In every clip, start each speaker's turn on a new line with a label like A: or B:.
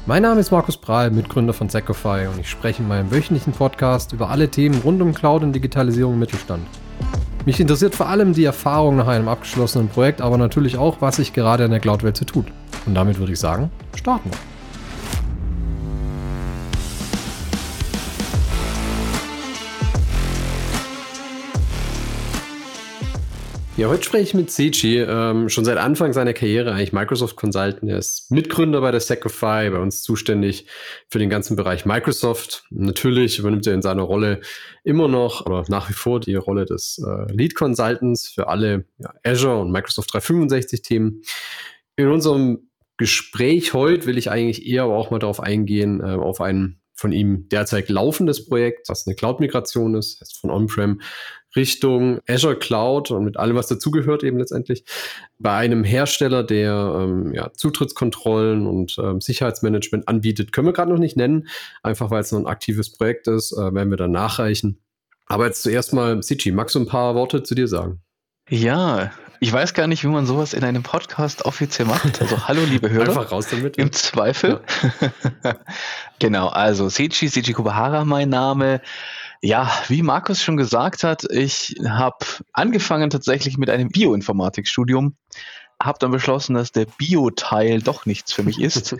A: Mein Name ist Markus Prahl, Mitgründer von Secofy, und ich spreche in meinem wöchentlichen Podcast über alle Themen rund um Cloud und Digitalisierung im Mittelstand. Mich interessiert vor allem die Erfahrung nach einem abgeschlossenen Projekt, aber natürlich auch, was sich gerade in der Cloud-Welt so tut. Und damit würde ich sagen, starten wir. Ja, heute spreche ich mit Sechi, schon seit Anfang seiner Karriere eigentlich Microsoft Consultant. Er ist Mitgründer bei der Secofy, bei uns zuständig für den ganzen Bereich Microsoft. Natürlich übernimmt er in seiner Rolle immer noch oder nach wie vor die Rolle des Lead Consultants für alle Azure und Microsoft 365 Themen. In unserem Gespräch heute will ich eigentlich eher aber auch mal darauf eingehen, auf ein von ihm derzeit laufendes Projekt, was eine Cloud-Migration ist, heißt von On-Prem Richtung Azure Cloud und mit allem, was dazugehört eben letztendlich, bei einem Hersteller, der Zutrittskontrollen und Sicherheitsmanagement anbietet. Können wir gerade noch nicht nennen, einfach weil es noch ein aktives Projekt ist, werden wir dann nachreichen. Aber jetzt zuerst mal, Sechi, magst du ein paar Worte zu dir sagen?
B: Ja, ich weiß gar nicht, wie man sowas in einem Podcast offiziell macht. Also hallo, liebe Hörer.
A: Einfach raus damit.
B: Im Zweifel. Ja. Genau, also Sechi Kubahara mein Name. Ja, wie Markus schon gesagt hat, ich habe angefangen tatsächlich mit einem Bioinformatikstudium, habe dann beschlossen, dass der Bio-Teil doch nichts für mich ist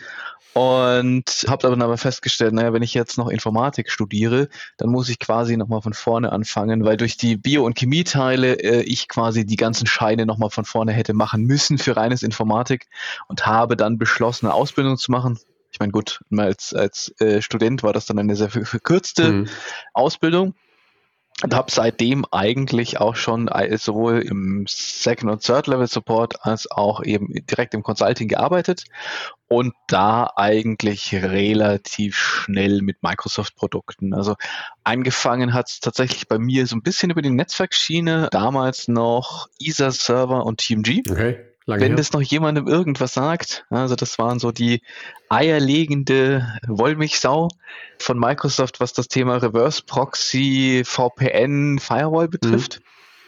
B: und habe dann aber festgestellt, naja, wenn ich jetzt noch Informatik studiere, dann muss ich quasi nochmal von vorne anfangen, weil durch die Bio- und Chemieteile ich quasi die ganzen Scheine nochmal von vorne hätte machen müssen für reines Informatik und habe dann beschlossen, eine Ausbildung zu machen. Ich meine, gut, als Student war das dann eine sehr verkürzte Ausbildung und habe seitdem eigentlich auch schon sowohl im Second- und Third-Level-Support als auch eben direkt im Consulting gearbeitet und da eigentlich relativ schnell mit Microsoft-Produkten. Also angefangen hat es tatsächlich bei mir so ein bisschen über die Netzwerkschiene, damals noch ISA-Server und TMG.
A: Okay.
B: Wenn das noch jemandem irgendwas sagt, also das waren so die eierlegende Wollmilchsau von Microsoft, was das Thema Reverse Proxy, VPN, Firewall betrifft.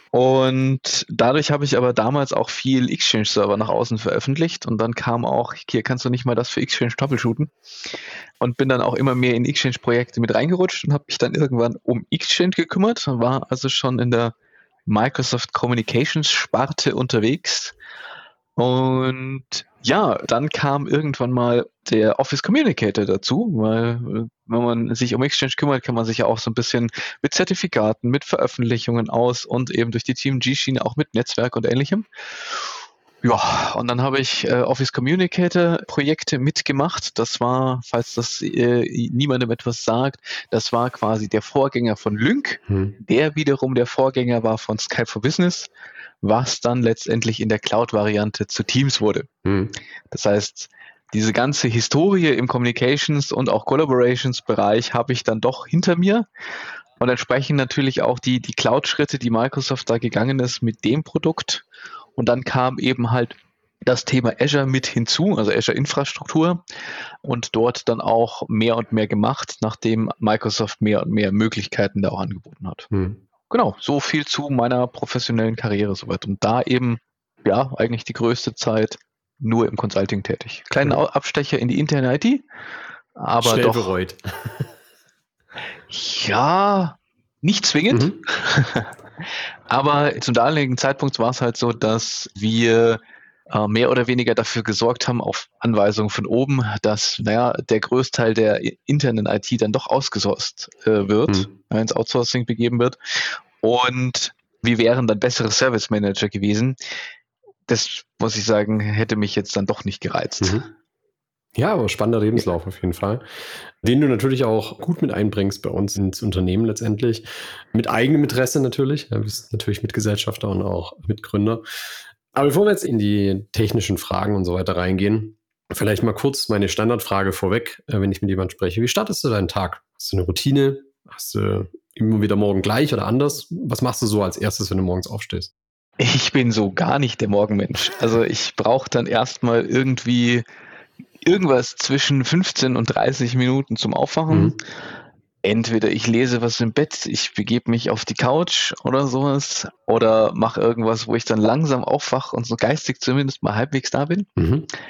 B: Und dadurch habe ich aber damals auch viel Exchange-Server nach außen veröffentlicht und dann kam auch, hier kannst du nicht mal das für Exchange troubleshooten, und bin dann auch immer mehr in Exchange-Projekte mit reingerutscht und habe mich dann irgendwann um Exchange gekümmert, war also schon in der Microsoft Communications-Sparte unterwegs. Und ja, dann kam irgendwann mal der Office Communicator dazu, weil wenn man sich um Exchange kümmert, kann man sich ja auch so ein bisschen mit Zertifikaten, mit Veröffentlichungen aus und eben durch die TMG-Schiene auch mit Netzwerk und Ähnlichem. Ja, und dann habe ich Office Communicator Projekte mitgemacht. Das war, falls das niemandem etwas sagt, das war quasi der Vorgänger von Lync, der wiederum der Vorgänger war von Skype for Business, was dann letztendlich in der Cloud-Variante zu Teams wurde. Das heißt, diese ganze Historie im Communications- und auch Collaborations-Bereich habe ich dann doch hinter mir und entsprechend natürlich auch die Cloud-Schritte, die Microsoft da gegangen ist mit dem Produkt. Und dann kam eben halt das Thema Azure mit hinzu, also Azure-Infrastruktur, und dort dann auch mehr und mehr gemacht, nachdem Microsoft mehr und mehr Möglichkeiten da auch angeboten hat. Genau, so viel zu meiner professionellen Karriere soweit. Und da eben, ja, eigentlich die größte Zeit nur im Consulting tätig. Kleinen Abstecher in die interne IT, aber
A: schnell
B: doch
A: bereut.
B: Ja, nicht zwingend. Aber zum damaligen Zeitpunkt war es halt so, dass wir mehr oder weniger dafür gesorgt haben, auf Anweisung von oben, dass der Großteil der internen IT dann doch ausgesourced wird, ins Outsourcing begeben wird. Und wir wären dann bessere Service Manager gewesen. Das, muss ich sagen, hätte mich jetzt dann doch nicht gereizt.
A: Ja, aber spannender Lebenslauf auf jeden Fall, den du natürlich auch gut mit einbringst bei uns ins Unternehmen letztendlich. Mit eigenem Interesse natürlich. Du bist natürlich Mitgesellschafter und auch Mitgründer. Aber bevor wir jetzt in die technischen Fragen und so weiter reingehen, vielleicht mal kurz meine Standardfrage vorweg, wenn ich mit jemandem spreche. Wie startest du deinen Tag? Hast du eine Routine? Hast du immer wieder morgen gleich oder anders? Was machst du so als erstes, wenn du morgens aufstehst?
B: Ich bin so gar nicht der Morgenmensch. Also ich brauche dann erstmal irgendwie irgendwas zwischen 15 und 30 Minuten zum Aufwachen. Entweder ich lese was im Bett, ich begebe mich auf die Couch oder sowas, oder mache irgendwas, wo ich dann langsam aufwache und so geistig zumindest mal halbwegs da bin.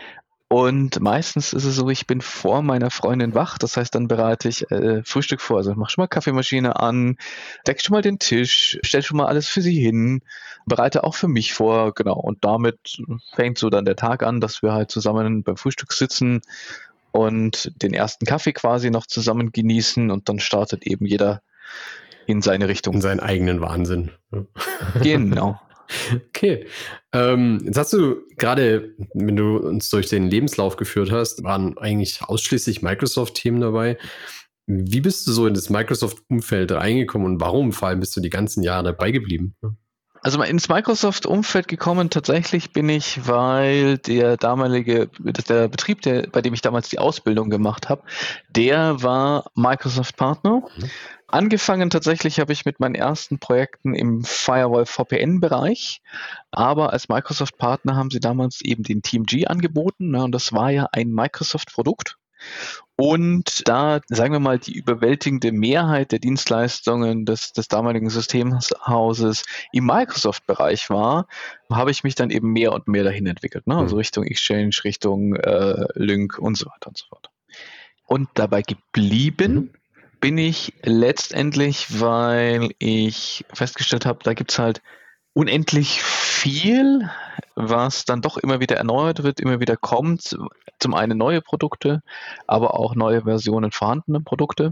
B: Und meistens ist es so, ich bin vor meiner Freundin wach, das heißt, dann bereite ich Frühstück vor. Also ich mache schon mal Kaffeemaschine an, decke schon mal den Tisch, stelle schon mal alles für sie hin, bereite auch für mich vor, genau. Und damit fängt so dann der Tag an, dass wir halt zusammen beim Frühstück sitzen und den ersten Kaffee quasi noch zusammen genießen und dann startet eben jeder in seine Richtung.
A: In seinen eigenen Wahnsinn.
B: Genau.
A: Okay. Jetzt hast du gerade, wenn du uns durch den Lebenslauf geführt hast, waren eigentlich ausschließlich Microsoft-Themen dabei. Wie bist du so in das Microsoft-Umfeld reingekommen und warum vor allem bist du die ganzen Jahre dabei geblieben?
B: Also mal ins Microsoft-Umfeld gekommen, tatsächlich bin ich, weil der Betrieb, bei dem ich damals die Ausbildung gemacht habe, der war Microsoft-Partner. Angefangen tatsächlich habe ich mit meinen ersten Projekten im Firewall-VPN-Bereich, aber als Microsoft-Partner haben sie damals eben den TeamG angeboten, und das war ja ein Microsoft-Produkt. Und da, sagen wir mal, die überwältigende Mehrheit der Dienstleistungen des damaligen Systemhauses im Microsoft-Bereich war, habe ich mich dann eben mehr und mehr dahin entwickelt, ne? Also Richtung Exchange, Richtung Lync und so weiter und so fort. Und dabei geblieben bin ich letztendlich, weil ich festgestellt habe, da gibt es halt unendlich viel, was dann doch immer wieder erneuert wird, immer wieder kommt. Zum einen neue Produkte, aber auch neue Versionen vorhandener Produkte.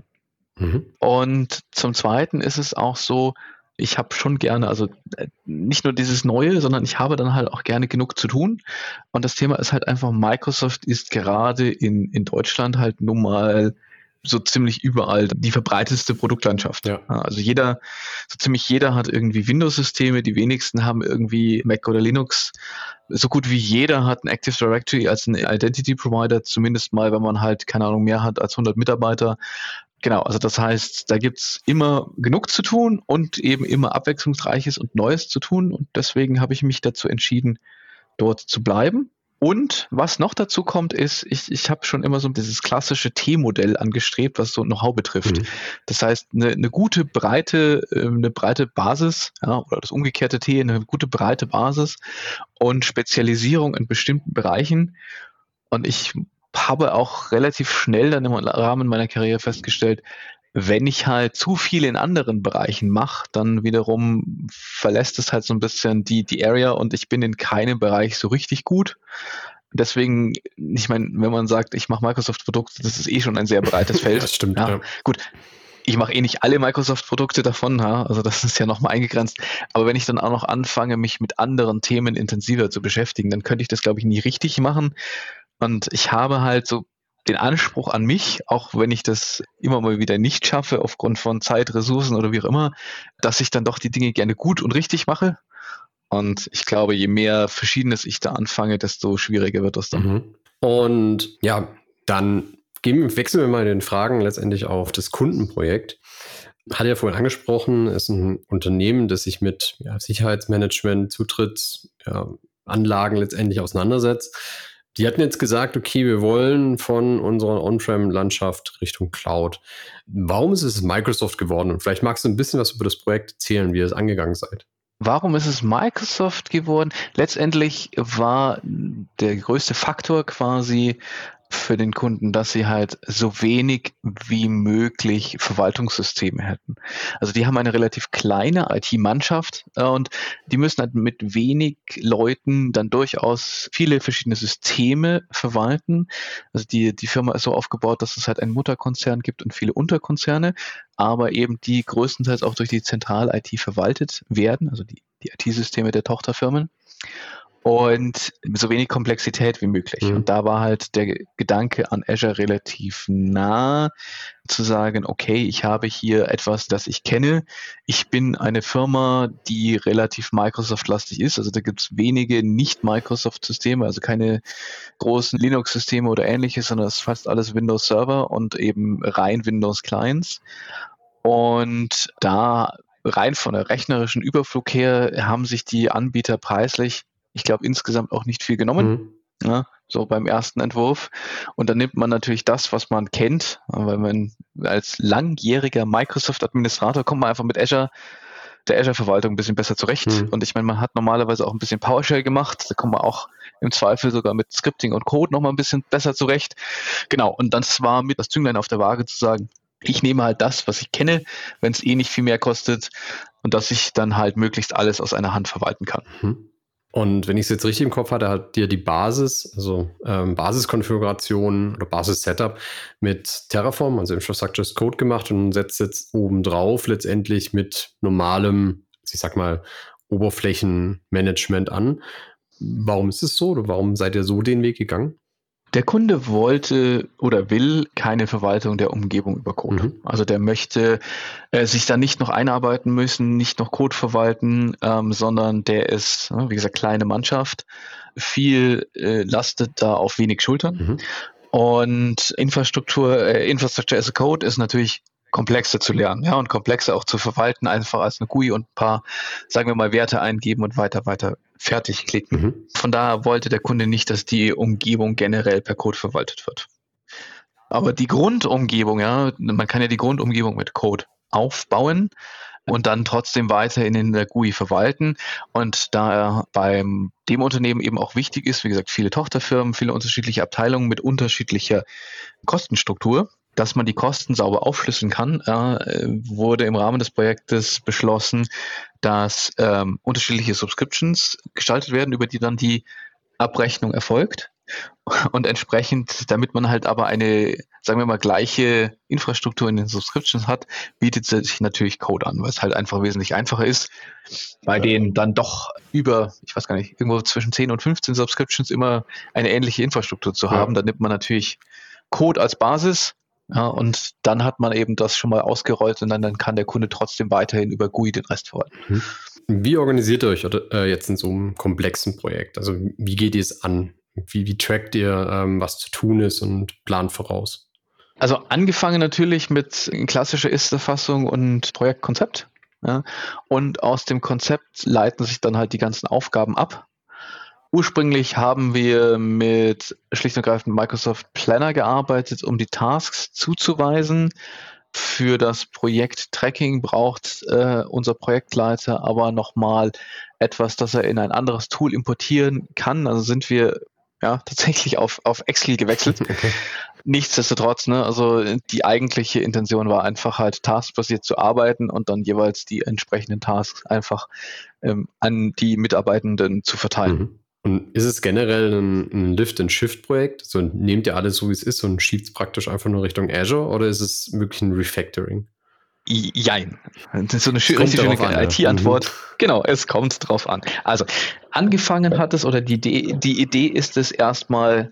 B: Und zum Zweiten ist es auch so, ich habe schon gerne, also nicht nur dieses Neue, sondern ich habe dann halt auch gerne genug zu tun. Und das Thema ist halt einfach, Microsoft ist gerade in Deutschland halt nun mal so ziemlich überall die verbreitetste Produktlandschaft.
A: Ja.
B: Also so ziemlich jeder hat irgendwie Windows-Systeme, die wenigsten haben irgendwie Mac oder Linux. So gut wie jeder hat ein Active Directory als ein Identity Provider, zumindest mal, wenn man halt, keine Ahnung, mehr hat als 100 Mitarbeiter. Genau, also das heißt, da gibt's immer genug zu tun und eben immer Abwechslungsreiches und Neues zu tun. Und deswegen habe ich mich dazu entschieden, dort zu bleiben. Und was noch dazu kommt, ist, ich habe schon immer so dieses klassische T-Modell angestrebt, was so Know-how betrifft. Das heißt, eine gute, breite Basis, ja, oder das umgekehrte T, eine gute, breite Basis und Spezialisierung in bestimmten Bereichen. Und ich habe auch relativ schnell dann im Rahmen meiner Karriere festgestellt, wenn ich halt zu viel in anderen Bereichen mache, dann wiederum verlässt es halt so ein bisschen die Area und ich bin in keinem Bereich so richtig gut. Deswegen, ich meine, wenn man sagt, ich mache Microsoft-Produkte, das ist eh schon ein sehr breites Feld.
A: Das stimmt,
B: ja.
A: ja.
B: Gut, ich mache eh nicht alle Microsoft-Produkte davon, ja, also das ist ja nochmal eingegrenzt. Aber wenn ich dann auch noch anfange, mich mit anderen Themen intensiver zu beschäftigen, dann könnte ich das, glaube ich, nie richtig machen. Und ich habe halt so den Anspruch an mich, auch wenn ich das immer mal wieder nicht schaffe, aufgrund von Zeit, Ressourcen oder wie auch immer, dass ich dann doch die Dinge gerne gut und richtig mache. Und ich glaube, je mehr Verschiedenes ich da anfange, desto schwieriger wird das dann.
A: Und ja, dann wechseln wir mal in den Fragen letztendlich auf das Kundenprojekt. Hat ja vorhin angesprochen, ist ein Unternehmen, das sich mit Sicherheitsmanagement, Zutrittsanlagen letztendlich auseinandersetzt. Die hatten jetzt gesagt, okay, wir wollen von unserer On-Prem-Landschaft Richtung Cloud. Warum ist es Microsoft geworden? Und vielleicht magst du ein bisschen was über das Projekt erzählen, wie ihr es angegangen seid.
B: Warum ist es Microsoft geworden? Letztendlich war der größte Faktor quasi für den Kunden, dass sie halt so wenig wie möglich Verwaltungssysteme hätten. Also die haben eine relativ kleine IT-Mannschaft und die müssen halt mit wenig Leuten dann durchaus viele verschiedene Systeme verwalten. Also die Firma ist so aufgebaut, dass es halt einen Mutterkonzern gibt und viele Unterkonzerne, aber eben die größtenteils auch durch die Zentral-IT verwaltet werden, also die IT-Systeme der Tochterfirmen. Und so wenig Komplexität wie möglich. Und da war halt der Gedanke an Azure relativ nah, zu sagen, okay, ich habe hier etwas, das ich kenne. Ich bin eine Firma, die relativ Microsoft-lastig ist. Also da gibt es wenige Nicht-Microsoft-Systeme, also keine großen Linux-Systeme oder ähnliches, sondern es ist fast alles Windows-Server und eben rein Windows-Clients. Und da rein von der rechnerischen Überflug her haben sich die Anbieter preislich, ich glaube, insgesamt auch nicht viel genommen, ja, so beim ersten Entwurf. Und dann nimmt man natürlich das, was man kennt, weil man als langjähriger Microsoft-Administrator kommt man einfach mit Azure der Azure-Verwaltung ein bisschen besser zurecht. Und ich meine, man hat normalerweise auch ein bisschen PowerShell gemacht. Da kommt man auch im Zweifel sogar mit Scripting und Code nochmal ein bisschen besser zurecht. Genau, und das war mit das Zünglein auf der Waage zu sagen, ich nehme halt das, was ich kenne, wenn es nicht viel mehr kostet und dass ich dann halt möglichst alles aus einer Hand verwalten kann.
A: Und wenn ich es jetzt richtig im Kopf hatte, hat dir die Basis, also Basiskonfiguration oder Basis-Setup mit Terraform, also Infrastructure as Code gemacht und setzt jetzt obendrauf letztendlich mit normalem, ich sag mal, Oberflächenmanagement an. Warum ist es so oder warum seid ihr so den Weg gegangen?
B: Der Kunde wollte oder will keine Verwaltung der Umgebung über Code. Also der möchte sich da nicht noch einarbeiten müssen, nicht noch Code verwalten, sondern der ist, wie gesagt, kleine Mannschaft. Viel lastet da auf wenig Schultern. Und Infrastructure as a Code ist natürlich komplexer zu lernen, ja, und komplexer auch zu verwalten, einfach als eine GUI und ein paar, sagen wir mal, Werte eingeben und weiter fertig klicken. Von daher wollte der Kunde nicht, dass die Umgebung generell per Code verwaltet wird. Aber die Grundumgebung, ja, man kann ja die Grundumgebung mit Code aufbauen und dann trotzdem weiterhin in der GUI verwalten. Und da beim dem Unternehmen eben auch wichtig ist, wie gesagt, viele Tochterfirmen, viele unterschiedliche Abteilungen mit unterschiedlicher Kostenstruktur, dass man die Kosten sauber aufschlüsseln kann, wurde im Rahmen des Projektes beschlossen, dass unterschiedliche Subscriptions gestaltet werden, über die dann die Abrechnung erfolgt. Und entsprechend, damit man halt aber eine, sagen wir mal, gleiche Infrastruktur in den Subscriptions hat, bietet sich natürlich Code an, weil es halt einfach wesentlich einfacher ist, bei denen dann doch über, ich weiß gar nicht, irgendwo zwischen 10 und 15 Subscriptions immer eine ähnliche Infrastruktur zu haben. Da nimmt man natürlich Code als Basis. Ja, und dann hat man eben das schon mal ausgerollt und dann kann der Kunde trotzdem weiterhin über GUI den Rest verwalten.
A: Wie organisiert ihr euch jetzt in so einem komplexen Projekt? Also wie geht ihr es an? Wie trackt ihr, was zu tun ist und plant voraus?
B: Also angefangen natürlich mit klassischer Ist-Erfassung und Projektkonzept. Ja, und aus dem Konzept leiten sich dann halt die ganzen Aufgaben ab. Ursprünglich haben wir mit schlicht und ergreifend Microsoft Planner gearbeitet, um die Tasks zuzuweisen. Für das Projekt-Tracking braucht unser Projektleiter aber nochmal etwas, das er in ein anderes Tool importieren kann. Also sind wir tatsächlich auf Excel gewechselt.
A: Okay.
B: Nichtsdestotrotz, also die eigentliche Intention war einfach halt taskbasiert zu arbeiten und dann jeweils die entsprechenden Tasks einfach an die Mitarbeitenden zu verteilen.
A: Und ist es generell ein Lift-and-Shift-Projekt? Also nehmt ihr alles so, wie es ist und schiebt es praktisch einfach nur Richtung Azure oder ist es wirklich ein Refactoring?
B: Jein. Das ist so eine richtig schöne IT-Antwort. Genau, es kommt drauf an. Also angefangen hat es, oder die Idee ist es erst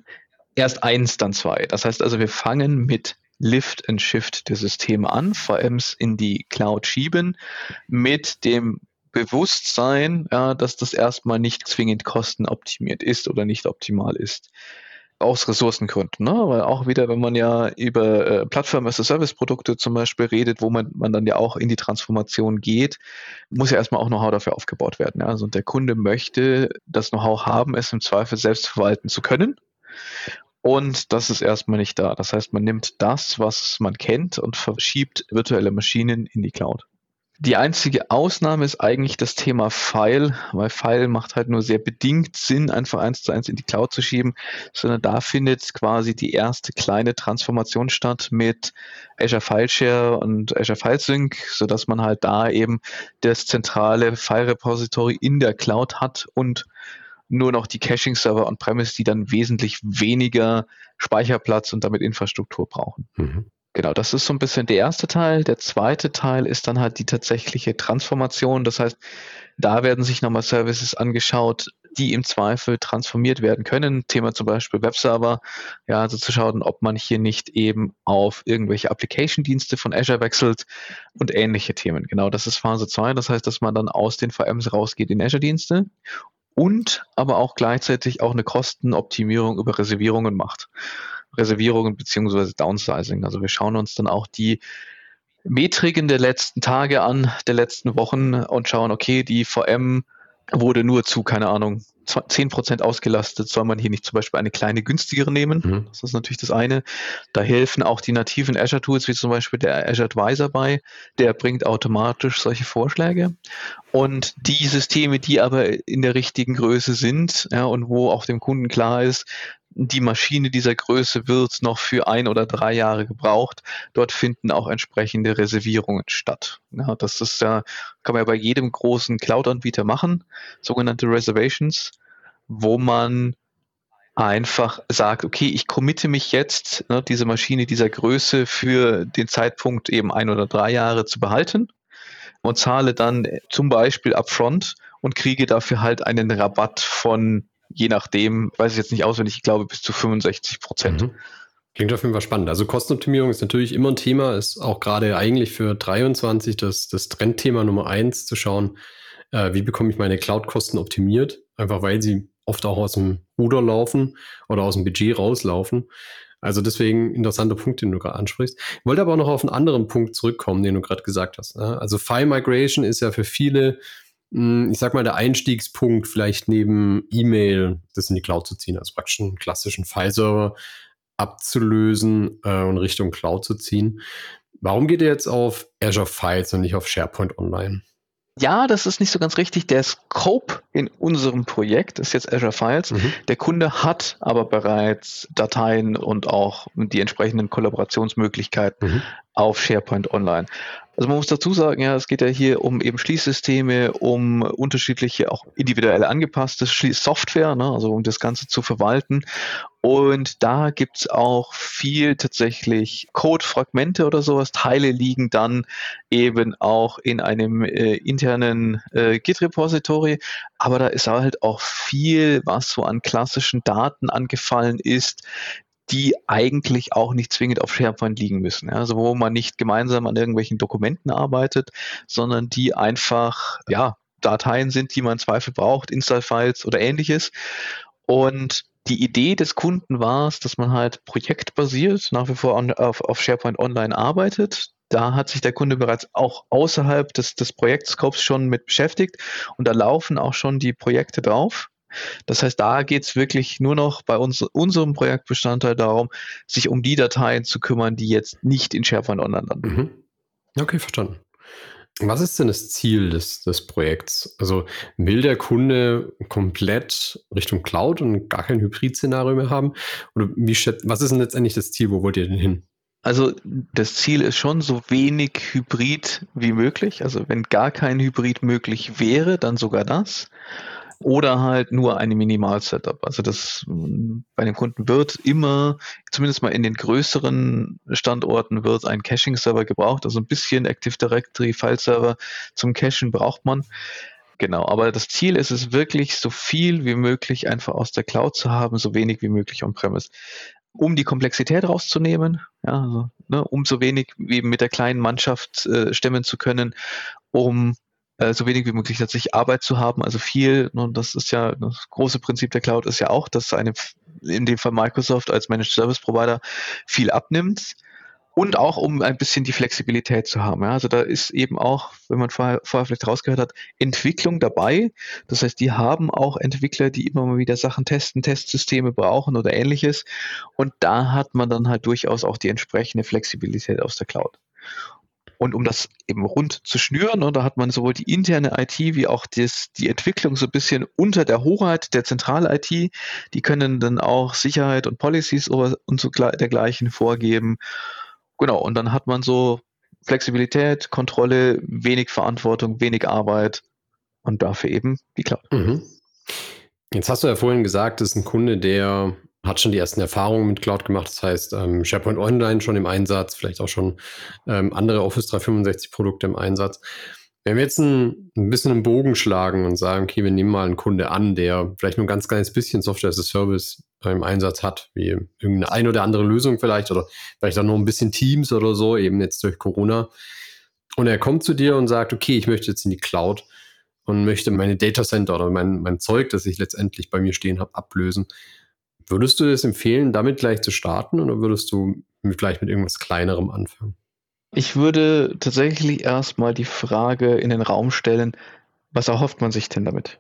B: 1, dann 2. Das heißt also, wir fangen mit Lift and Shift der Systeme an, VMs in die Cloud schieben, mit dem Bewusstsein, dass das erstmal nicht zwingend kostenoptimiert ist oder nicht optimal ist. Aus Ressourcengründen, weil auch wieder, wenn man ja über Plattform-as-a-Service-Produkte zum Beispiel redet, wo man dann ja auch in die Transformation geht, muss ja erstmal auch Know-how dafür aufgebaut werden. Ja? Also der Kunde möchte das Know-how haben, es im Zweifel selbst verwalten zu können. Und das ist erstmal nicht da. Das heißt, man nimmt das, was man kennt und verschiebt virtuelle Maschinen in die Cloud. Die einzige Ausnahme ist eigentlich das Thema File, weil File macht halt nur sehr bedingt Sinn, einfach 1:1 in die Cloud zu schieben, sondern da findet quasi die erste kleine Transformation statt mit Azure File Share und Azure File Sync, sodass man halt da eben das zentrale File Repository in der Cloud hat und nur noch die Caching-Server on-premise, die dann wesentlich weniger Speicherplatz und damit Infrastruktur brauchen. Genau, das ist so ein bisschen der erste Teil. Der zweite Teil ist dann halt die tatsächliche Transformation. Das heißt, da werden sich nochmal Services angeschaut, die im Zweifel transformiert werden können. Thema zum Beispiel Webserver. Ja, also zu schauen, ob man hier nicht eben auf irgendwelche Application-Dienste von Azure wechselt und ähnliche Themen. Genau, das ist Phase 2. Das heißt, dass man dann aus den VMs rausgeht in Azure-Dienste und aber auch gleichzeitig auch eine Kostenoptimierung über Reservierungen macht. Reservierungen beziehungsweise Downsizing. Also wir schauen uns dann auch die Metriken der letzten Tage an, der letzten Wochen und schauen, okay, die VM wurde nur zu, keine Ahnung, 10% ausgelastet, soll man hier nicht zum Beispiel eine kleine günstigere nehmen?
A: Mhm.
B: Das ist natürlich das eine. Da helfen auch die nativen Azure-Tools, wie zum Beispiel der Azure Advisor bei. Der bringt automatisch solche Vorschläge. Und die Systeme, die aber in der richtigen Größe sind, ja, und wo auch dem Kunden klar ist, die Maschine dieser Größe wird noch für 1 oder 3 Jahre gebraucht. Dort finden auch entsprechende Reservierungen statt. Ja, das ist ja, kann man ja bei jedem großen Cloud-Anbieter machen, sogenannte Reservations, wo man einfach sagt, okay, ich committe mich jetzt, ne, diese Maschine dieser Größe für den Zeitpunkt eben 1 oder 3 Jahre zu behalten und zahle dann zum Beispiel upfront und kriege dafür halt einen Rabatt von, je nachdem, weiß ich jetzt nicht auswendig, ich glaube bis zu 65%.
A: Mhm. Klingt auf jeden Fall spannend. Also Kostenoptimierung ist natürlich immer ein Thema, ist auch gerade eigentlich für 23 das Trendthema Nummer 1, zu schauen, wie bekomme ich meine Cloud-Kosten optimiert, einfach weil sie oft auch aus dem Ruder laufen oder aus dem Budget rauslaufen. Also deswegen interessanter Punkt, den du gerade ansprichst. Ich wollte aber auch noch auf einen anderen Punkt zurückkommen, den du gerade gesagt hast. Also File Migration ist ja für viele, ich sag mal, der Einstiegspunkt vielleicht neben E-Mail, das in die Cloud zu ziehen, also praktisch einen klassischen File-Server abzulösen und Richtung Cloud zu ziehen. Warum geht ihr jetzt auf Azure Files und nicht auf SharePoint Online?
B: Ja, das ist nicht so ganz richtig. Der Scope in unserem Projekt ist jetzt Azure Files. Der Kunde hat aber bereits Dateien und auch die entsprechenden Kollaborationsmöglichkeiten auf SharePoint Online. Also man muss dazu sagen, ja, es geht ja hier um eben Schließsysteme, um unterschiedliche, auch individuell angepasste Software, ne, also um das Ganze zu verwalten. Und da gibt's auch viel tatsächlich Code-Fragmente oder sowas. Teile liegen dann eben auch in einem internen Git-Repository. Aber da ist halt auch viel, was so an klassischen Daten angefallen ist, die eigentlich auch nicht zwingend auf SharePoint liegen müssen. Ja, also wo man nicht gemeinsam an irgendwelchen Dokumenten arbeitet, sondern die einfach, ja, Dateien sind, die man im Zweifel braucht, Install-Files oder ähnliches. Und die Idee des Kunden war es, dass man halt projektbasiert nach wie vor auf SharePoint Online arbeitet. Da hat sich der Kunde bereits auch außerhalb des Projektscopes schon mit beschäftigt und da laufen auch schon die Projekte drauf. Das heißt, da geht's wirklich nur noch bei unserem Projektbestandteil darum, sich um die Dateien zu kümmern, die jetzt nicht in SharePoint Online landen.
A: Okay, verstanden. Was ist denn das Ziel des Projekts? Also will der Kunde komplett Richtung Cloud und gar kein Hybrid-Szenario mehr haben? Oder was ist denn letztendlich das Ziel? Wo wollt ihr denn hin?
B: Also das Ziel ist schon, so wenig Hybrid wie möglich. Also wenn gar kein Hybrid möglich wäre, dann sogar das. Oder halt nur eine Minimal-Setup. Also das bei den Kunden wird immer, zumindest mal in den größeren Standorten, wird ein Caching-Server gebraucht. Also ein bisschen Active Directory File-Server zum Cachen braucht man. Genau, aber das Ziel ist es wirklich, so viel wie möglich einfach aus der Cloud zu haben, so wenig wie möglich on-premise. Um die Komplexität rauszunehmen, ja, also, ne, um so wenig wie mit der kleinen Mannschaft stemmen zu können, um so wenig wie möglich tatsächlich Arbeit zu haben, also viel, und das ist ja das große Prinzip der Cloud ist ja auch, dass in dem Fall Microsoft als Managed Service Provider viel abnimmt und auch um ein bisschen die Flexibilität zu haben. Ja. Also da ist eben auch, wenn man vorher vielleicht rausgehört hat, Entwicklung dabei. Das heißt, die haben auch Entwickler, die immer mal wieder Sachen testen, Testsysteme brauchen oder ähnliches. Und da hat man dann halt durchaus auch die entsprechende Flexibilität aus der Cloud. Und um das eben rund zu schnüren, da hat man sowohl die interne IT wie auch die Entwicklung so ein bisschen unter der Hoheit der Zentral-IT. Die können dann auch Sicherheit und Policies und so dergleichen vorgeben. Genau, und dann hat man so Flexibilität, Kontrolle, wenig Verantwortung, wenig Arbeit und dafür eben die Cloud.
A: Jetzt hast du ja vorhin gesagt, das ist ein Kunde, der hat schon die ersten Erfahrungen mit Cloud gemacht. Das heißt, SharePoint Online schon im Einsatz, vielleicht auch schon andere Office 365 Produkte im Einsatz. Wenn wir jetzt ein bisschen einen Bogen schlagen und sagen, okay, wir nehmen mal einen Kunde an, der vielleicht nur ein ganz kleines bisschen Software as a Service im Einsatz hat, wie irgendeine oder andere Lösung vielleicht oder vielleicht auch noch ein bisschen Teams oder so, eben jetzt durch Corona. Und er kommt zu dir und sagt, okay, ich möchte jetzt in die Cloud und möchte meine Datacenter oder mein Zeug, das ich letztendlich bei mir stehen habe, ablösen. Würdest du es empfehlen, damit gleich zu starten oder würdest du vielleicht mit irgendwas Kleinerem anfangen?
B: Ich würde tatsächlich erstmal die Frage in den Raum stellen, was erhofft man sich denn damit?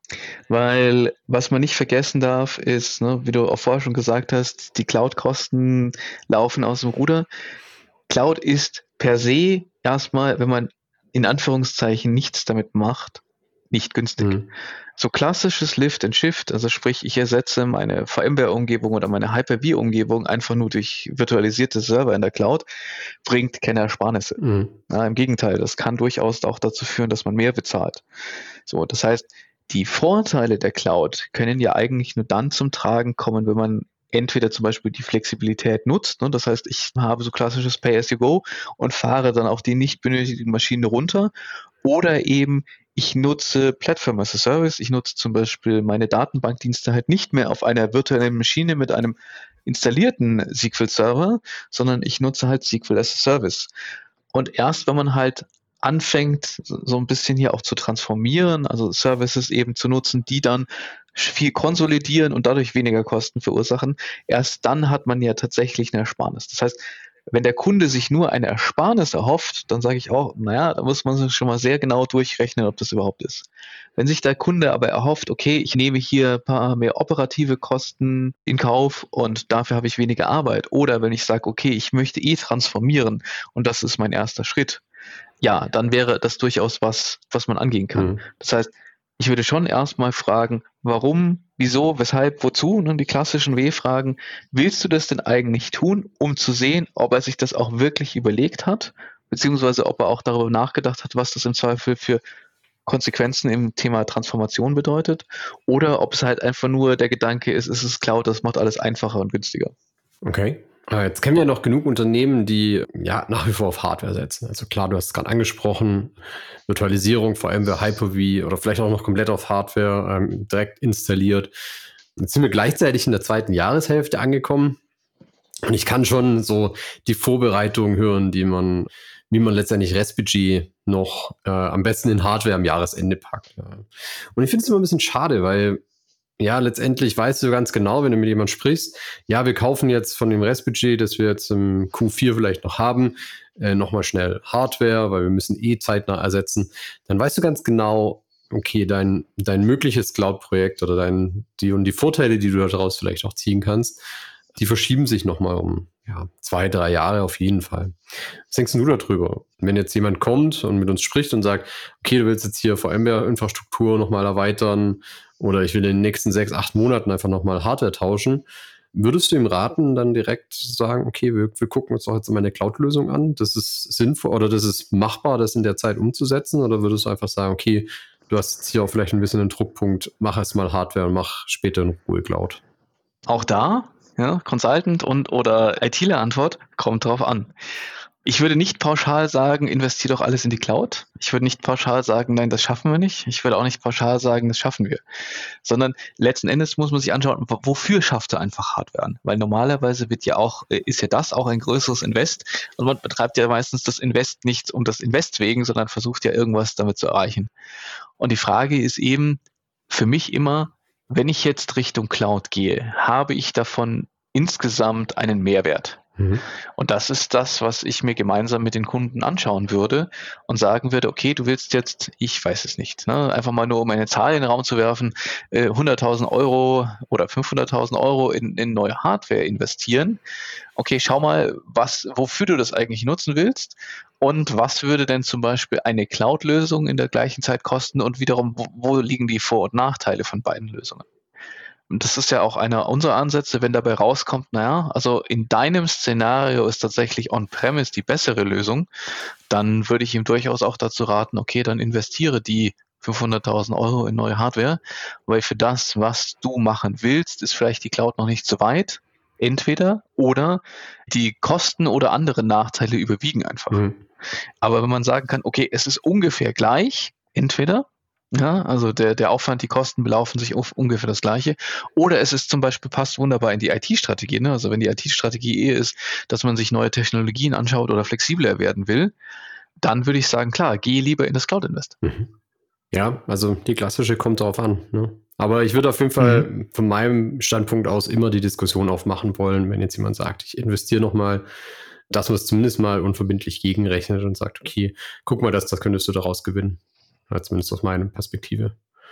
B: Weil was man nicht vergessen darf, ist, ne, wie du auch vorher schon gesagt hast, die Cloud-Kosten laufen aus dem Ruder. Cloud ist per se erstmal, wenn man in Anführungszeichen nichts damit macht, nicht günstig.
A: Mhm.
B: So klassisches Lift and Shift, also sprich, ich ersetze meine VMware-Umgebung oder meine Hyper-V-Umgebung einfach nur durch virtualisierte Server in der Cloud, bringt keine Ersparnisse.
A: Mhm.
B: Ja, im Gegenteil, das kann durchaus auch dazu führen, dass man mehr bezahlt. So, das heißt, die Vorteile der Cloud können ja eigentlich nur dann zum Tragen kommen, wenn man entweder zum Beispiel die Flexibilität nutzt, ne? Das heißt, ich habe so klassisches Pay-as-you-go und fahre dann auch die nicht benötigten Maschinen runter, oder eben ich nutze Platform as a Service, ich nutze zum Beispiel meine Datenbankdienste halt nicht mehr auf einer virtuellen Maschine mit einem installierten SQL-Server, sondern ich nutze halt SQL as a Service. Und erst wenn man halt anfängt, so ein bisschen hier auch zu transformieren, also Services eben zu nutzen, die dann viel konsolidieren und dadurch weniger Kosten verursachen, erst dann hat man ja tatsächlich eine Ersparnis. Das heißt, wenn der Kunde sich nur eine Ersparnis erhofft, dann sage ich auch, naja, da muss man sich schon mal sehr genau durchrechnen, ob das überhaupt ist. Wenn sich der Kunde aber erhofft, okay, ich nehme hier ein paar mehr operative Kosten in Kauf und dafür habe ich weniger Arbeit, oder wenn ich sage, okay, ich möchte transformieren und das ist mein erster Schritt, ja, dann wäre das durchaus was man angehen kann.
A: Mhm.
B: Das heißt, ich würde schon erstmal fragen, warum, wieso, weshalb, wozu, ne, die klassischen W-Fragen. Willst du das denn eigentlich tun, um zu sehen, ob er sich das auch wirklich überlegt hat, beziehungsweise ob er auch darüber nachgedacht hat, was das im Zweifel für Konsequenzen im Thema Transformation bedeutet, oder ob es halt einfach nur der Gedanke ist, es ist Cloud, das macht alles einfacher und günstiger.
A: Okay. Jetzt kennen wir ja noch genug Unternehmen, die ja nach wie vor auf Hardware setzen. Also klar, du hast es gerade angesprochen, Virtualisierung, vor allem bei Hyper-V oder vielleicht auch noch komplett auf Hardware direkt installiert. Jetzt sind wir gleichzeitig in der zweiten Jahreshälfte angekommen und ich kann schon so die Vorbereitungen hören, wie man letztendlich Restbudget noch am besten in Hardware am Jahresende packt. Ja. Und ich finde es immer ein bisschen schade, weil ja, letztendlich weißt du ganz genau, wenn du mit jemandem sprichst, ja, wir kaufen jetzt von dem Restbudget, das wir jetzt im Q4 vielleicht noch haben, nochmal schnell Hardware, weil wir müssen zeitnah ersetzen. Dann weißt du ganz genau, okay, dein mögliches Cloud-Projekt oder die Vorteile, die du daraus vielleicht auch ziehen kannst, die verschieben sich nochmal um 2-3 Jahre auf jeden Fall. Was denkst du darüber? Wenn jetzt jemand kommt und mit uns spricht und sagt, okay, du willst jetzt hier VMware-Infrastruktur nochmal erweitern oder ich will in den nächsten 6-8 Monaten einfach nochmal Hardware tauschen, würdest du ihm raten, dann direkt sagen, okay, wir gucken uns doch jetzt mal eine Cloud-Lösung an, das ist sinnvoll oder das ist machbar, das in der Zeit umzusetzen, oder würdest du einfach sagen, okay, du hast jetzt hier auch vielleicht ein bisschen einen Druckpunkt, mach erst mal Hardware und mach später in Ruhe Cloud?
B: Auch da, ja, Consultant oder ITler-Antwort, kommt drauf an. Ich würde nicht pauschal sagen, investier doch alles in die Cloud. Ich würde nicht pauschal sagen, nein, das schaffen wir nicht. Ich würde auch nicht pauschal sagen, das schaffen wir. Sondern letzten Endes muss man sich anschauen, wofür schafft er einfach Hardware an? Weil normalerweise ist ja das auch ein größeres Invest. Und man betreibt ja meistens das Invest nicht um das Invest wegen, sondern versucht ja irgendwas damit zu erreichen. Und die Frage ist eben für mich immer, wenn ich jetzt Richtung Cloud gehe, habe ich davon insgesamt einen Mehrwert?
A: Mhm.
B: Und das ist das, was ich mir gemeinsam mit den Kunden anschauen würde und sagen würde, okay, du willst jetzt, ich weiß es nicht, ne, einfach mal nur um eine Zahl in den Raum zu werfen, 100.000 Euro oder 500.000 Euro in neue Hardware investieren. Okay, schau mal, wofür du das eigentlich nutzen willst und was würde denn zum Beispiel eine Cloud-Lösung in der gleichen Zeit kosten und wiederum, wo liegen die Vor- und Nachteile von beiden Lösungen? Und das ist ja auch einer unserer Ansätze, wenn dabei rauskommt, naja, also in deinem Szenario ist tatsächlich On-Premise die bessere Lösung, dann würde ich ihm durchaus auch dazu raten, okay, dann investiere die 500.000 Euro in neue Hardware, weil für das, was du machen willst, ist vielleicht die Cloud noch nicht so weit, entweder, oder die Kosten oder andere Nachteile überwiegen einfach.
A: Mhm.
B: Aber wenn man sagen kann, okay, es ist ungefähr gleich, entweder, ja, also der Aufwand, die Kosten belaufen sich auf ungefähr das Gleiche. Oder es ist zum Beispiel, passt wunderbar in die IT-Strategie. Ne? Also wenn die IT-Strategie ist, dass man sich neue Technologien anschaut oder flexibler werden will, dann würde ich sagen, klar, geh lieber in das Cloud-Invest.
A: Mhm. Ja, also die klassische kommt darauf an. Ne? Aber ich würde auf jeden Fall von meinem Standpunkt aus immer die Diskussion aufmachen wollen, wenn jetzt jemand sagt, ich investiere nochmal, dass man es zumindest mal unverbindlich gegenrechnet und sagt, okay, guck mal, das könntest du daraus gewinnen. Ja, zumindest aus meiner Perspektive.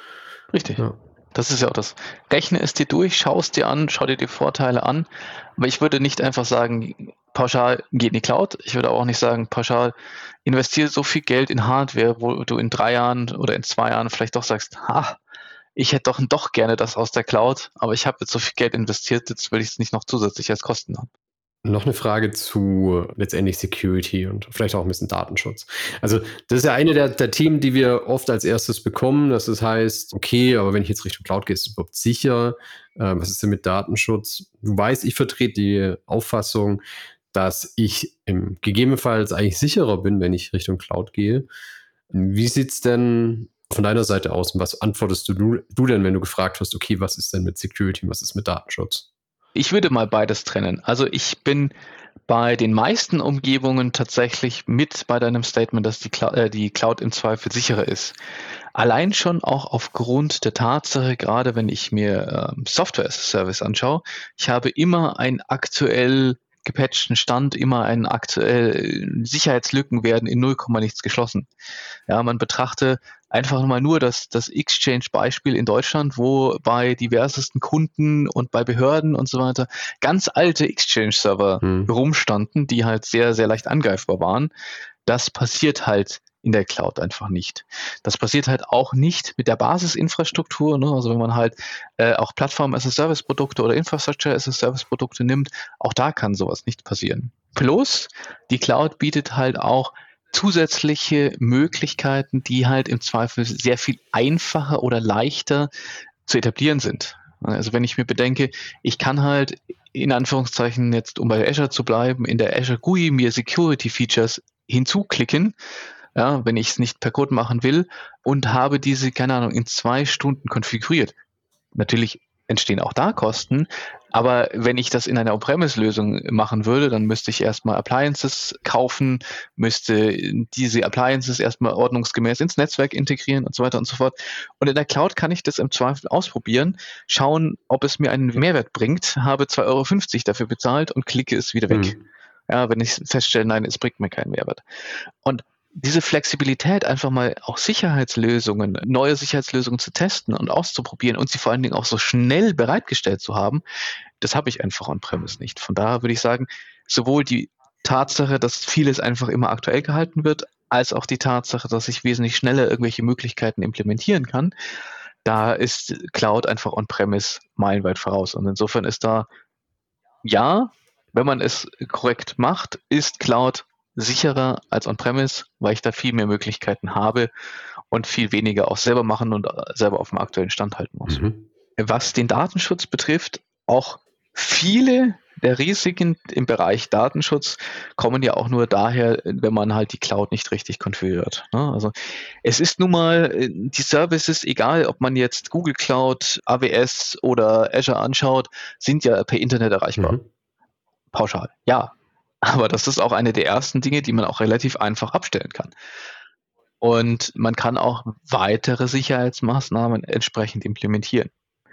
B: Richtig.
A: Ja.
B: Das ist ja auch das. Rechne es dir durch, schau es dir an, schau dir die Vorteile an. Aber ich würde nicht einfach sagen, pauschal geht in die Cloud. Ich würde auch nicht sagen, pauschal investiere so viel Geld in Hardware, wo du in 3 Jahren oder in 2 Jahren vielleicht doch sagst, ich hätte doch gerne das aus der Cloud, aber ich habe jetzt so viel Geld investiert, jetzt will ich es nicht noch zusätzlich als Kosten haben.
A: Noch eine Frage zu letztendlich Security und vielleicht auch ein bisschen Datenschutz. Also das ist ja eine der Themen, die wir oft als erstes bekommen, dass es heißt, okay, aber wenn ich jetzt Richtung Cloud gehe, ist es überhaupt sicher? Was ist denn mit Datenschutz? Du weißt, ich vertrete die Auffassung, dass ich gegebenenfalls eigentlich sicherer bin, wenn ich Richtung Cloud gehe. Wie sieht es denn von deiner Seite aus und was antwortest du denn, wenn du gefragt wirst, okay, was ist denn mit Security und was ist mit Datenschutz?
B: Ich würde mal beides trennen. Also ich bin bei den meisten Umgebungen tatsächlich mit bei deinem Statement, dass die Cloud im Zweifel sicherer ist. Allein schon auch aufgrund der Tatsache, gerade wenn ich mir Software as a Service anschaue, ich habe immer einen aktuell gepatchten Stand, immer einen aktuell Sicherheitslücken werden in 0, nichts geschlossen. Ja, man betrachte einfach mal nur das Exchange-Beispiel in Deutschland, wo bei diversesten Kunden und bei Behörden und so weiter ganz alte Exchange-Server rumstanden, die halt sehr, sehr leicht angreifbar waren. Das passiert halt in der Cloud einfach nicht. Das passiert halt auch nicht mit der Basisinfrastruktur. Ne? Also wenn man halt auch Plattform-as-a-Service-Produkte oder Infrastructure-as-a-Service-Produkte nimmt, auch da kann sowas nicht passieren. Plus, die Cloud bietet halt auch zusätzliche Möglichkeiten, die halt im Zweifel sehr viel einfacher oder leichter zu etablieren sind. Also wenn ich mir bedenke, ich kann halt in Anführungszeichen jetzt, um bei Azure zu bleiben, in der Azure GUI mir Security Features hinzuklicken, ja, wenn ich es nicht per Code machen will und habe diese, keine Ahnung, in 2 Stunden konfiguriert. Natürlich entstehen auch da Kosten, aber wenn ich das in einer On-Premise-Lösung machen würde, dann müsste ich erstmal Appliances kaufen, müsste diese Appliances erstmal ordnungsgemäß ins Netzwerk integrieren und so weiter und so fort. Und in der Cloud kann ich das im Zweifel ausprobieren, schauen, ob es mir einen Mehrwert bringt, habe 2,50 € dafür bezahlt und klicke es wieder weg. Ja, wenn ich feststelle, nein, es bringt mir keinen Mehrwert. Und diese Flexibilität, einfach mal auch Sicherheitslösungen, neue Sicherheitslösungen zu testen und auszuprobieren und sie vor allen Dingen auch so schnell bereitgestellt zu haben, das habe ich einfach on-premise nicht. Von daher würde ich sagen, sowohl die Tatsache, dass vieles einfach immer aktuell gehalten wird, als auch die Tatsache, dass ich wesentlich schneller irgendwelche Möglichkeiten implementieren kann, da ist Cloud einfach on-premise meilenweit voraus. Und insofern ist da, ja, wenn man es korrekt macht, ist Cloud sicherer als on-premise, weil ich da viel mehr Möglichkeiten habe und viel weniger auch selber machen und selber auf dem aktuellen Stand halten muss. Was den Datenschutz betrifft, auch viele der Risiken im Bereich Datenschutz kommen ja auch nur daher, wenn man halt die Cloud nicht richtig konfiguriert. Ne? Also es ist nun mal die Services, egal ob man jetzt Google Cloud, AWS oder Azure anschaut, sind ja per Internet erreichbar. Pauschal, ja. Aber das ist auch eine der ersten Dinge, die man auch relativ einfach abstellen kann. Und man kann auch weitere Sicherheitsmaßnahmen entsprechend implementieren.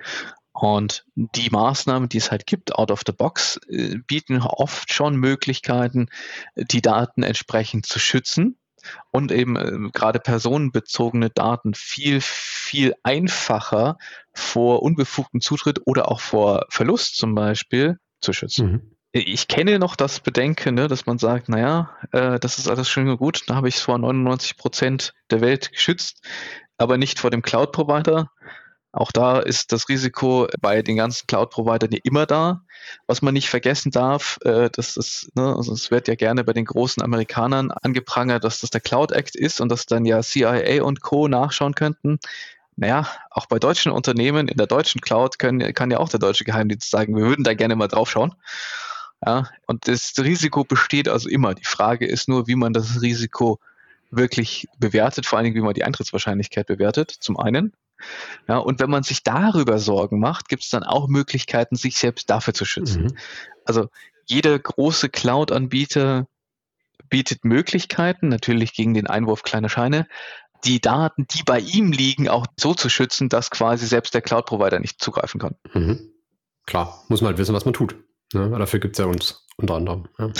B: Und die Maßnahmen, die es halt gibt, out of the box, bieten oft schon Möglichkeiten, die Daten entsprechend zu schützen und eben gerade personenbezogene Daten viel, viel einfacher vor unbefugtem Zutritt oder auch vor Verlust zum Beispiel zu schützen. Ich kenne noch das Bedenken, ne, dass man sagt, naja, das ist alles schön und gut, da habe ich es vor 99% der Welt geschützt, aber nicht vor dem Cloud-Provider. Auch da ist das Risiko bei den ganzen Cloud-Providern ja immer da. Was man nicht vergessen darf, das ist, ne, also es wird ja gerne bei den großen Amerikanern angeprangert, dass das der Cloud Act ist und dass dann ja CIA und Co. nachschauen könnten. Naja, auch bei deutschen Unternehmen in der deutschen Cloud kann ja auch der deutsche Geheimdienst sagen, wir würden da gerne mal drauf schauen. Ja, und das Risiko besteht also immer. Die Frage ist nur, wie man das Risiko wirklich bewertet, vor allen Dingen, wie man die Eintrittswahrscheinlichkeit bewertet, zum einen. Ja, und wenn man sich darüber Sorgen macht, gibt es dann auch Möglichkeiten, sich selbst dafür zu schützen. Also jeder große Cloud-Anbieter bietet Möglichkeiten, natürlich gegen den Einwurf kleiner Scheine, die Daten, die bei ihm liegen, auch so zu schützen, dass quasi selbst der Cloud-Provider nicht zugreifen kann.
A: Klar, muss man halt wissen, was man tut. Ja, dafür gibt es ja uns unter anderem. Ja.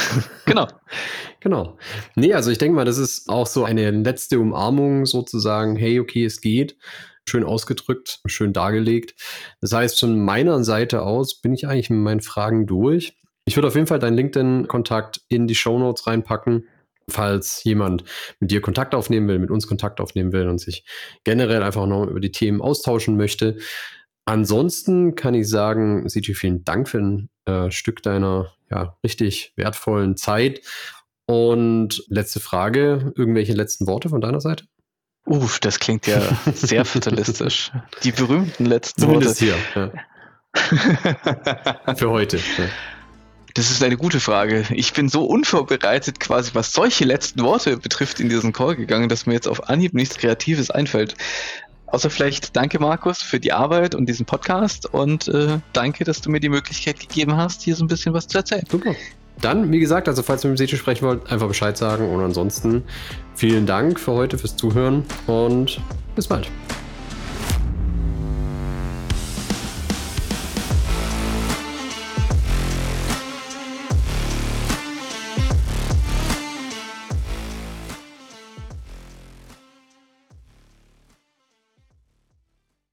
A: Genau. Nee, also ich denke mal, das ist auch so eine letzte Umarmung sozusagen, hey, okay, es geht. schön ausgedrückt, schön dargelegt. Das heißt, von meiner Seite aus bin ich eigentlich mit meinen Fragen durch. Ich würde auf jeden Fall deinen LinkedIn-Kontakt in die Shownotes reinpacken, falls jemand mit dir Kontakt aufnehmen will, mit uns Kontakt aufnehmen will und sich generell einfach noch über die Themen austauschen möchte. Ansonsten kann ich sagen, CG, vielen Dank für ein Stück deiner richtig wertvollen Zeit. Und letzte Frage, irgendwelche letzten Worte von deiner Seite?
B: Das klingt ja sehr fatalistisch. Die berühmten letzten
A: Zumindest
B: Worte.
A: Hier. Ja. Für heute. Ja.
B: Das ist eine gute Frage. Ich bin so unvorbereitet quasi, was solche letzten Worte betrifft, in diesen Call gegangen, dass mir jetzt auf Anhieb nichts Kreatives einfällt. Außer vielleicht danke, Markus, für die Arbeit und diesen Podcast und danke, dass du mir die Möglichkeit gegeben hast, hier so ein bisschen was zu erzählen.
A: Super. Dann, wie gesagt, also falls ihr mit dem Sechi sprechen wollt, einfach Bescheid sagen und ansonsten vielen Dank für heute, fürs Zuhören und bis bald.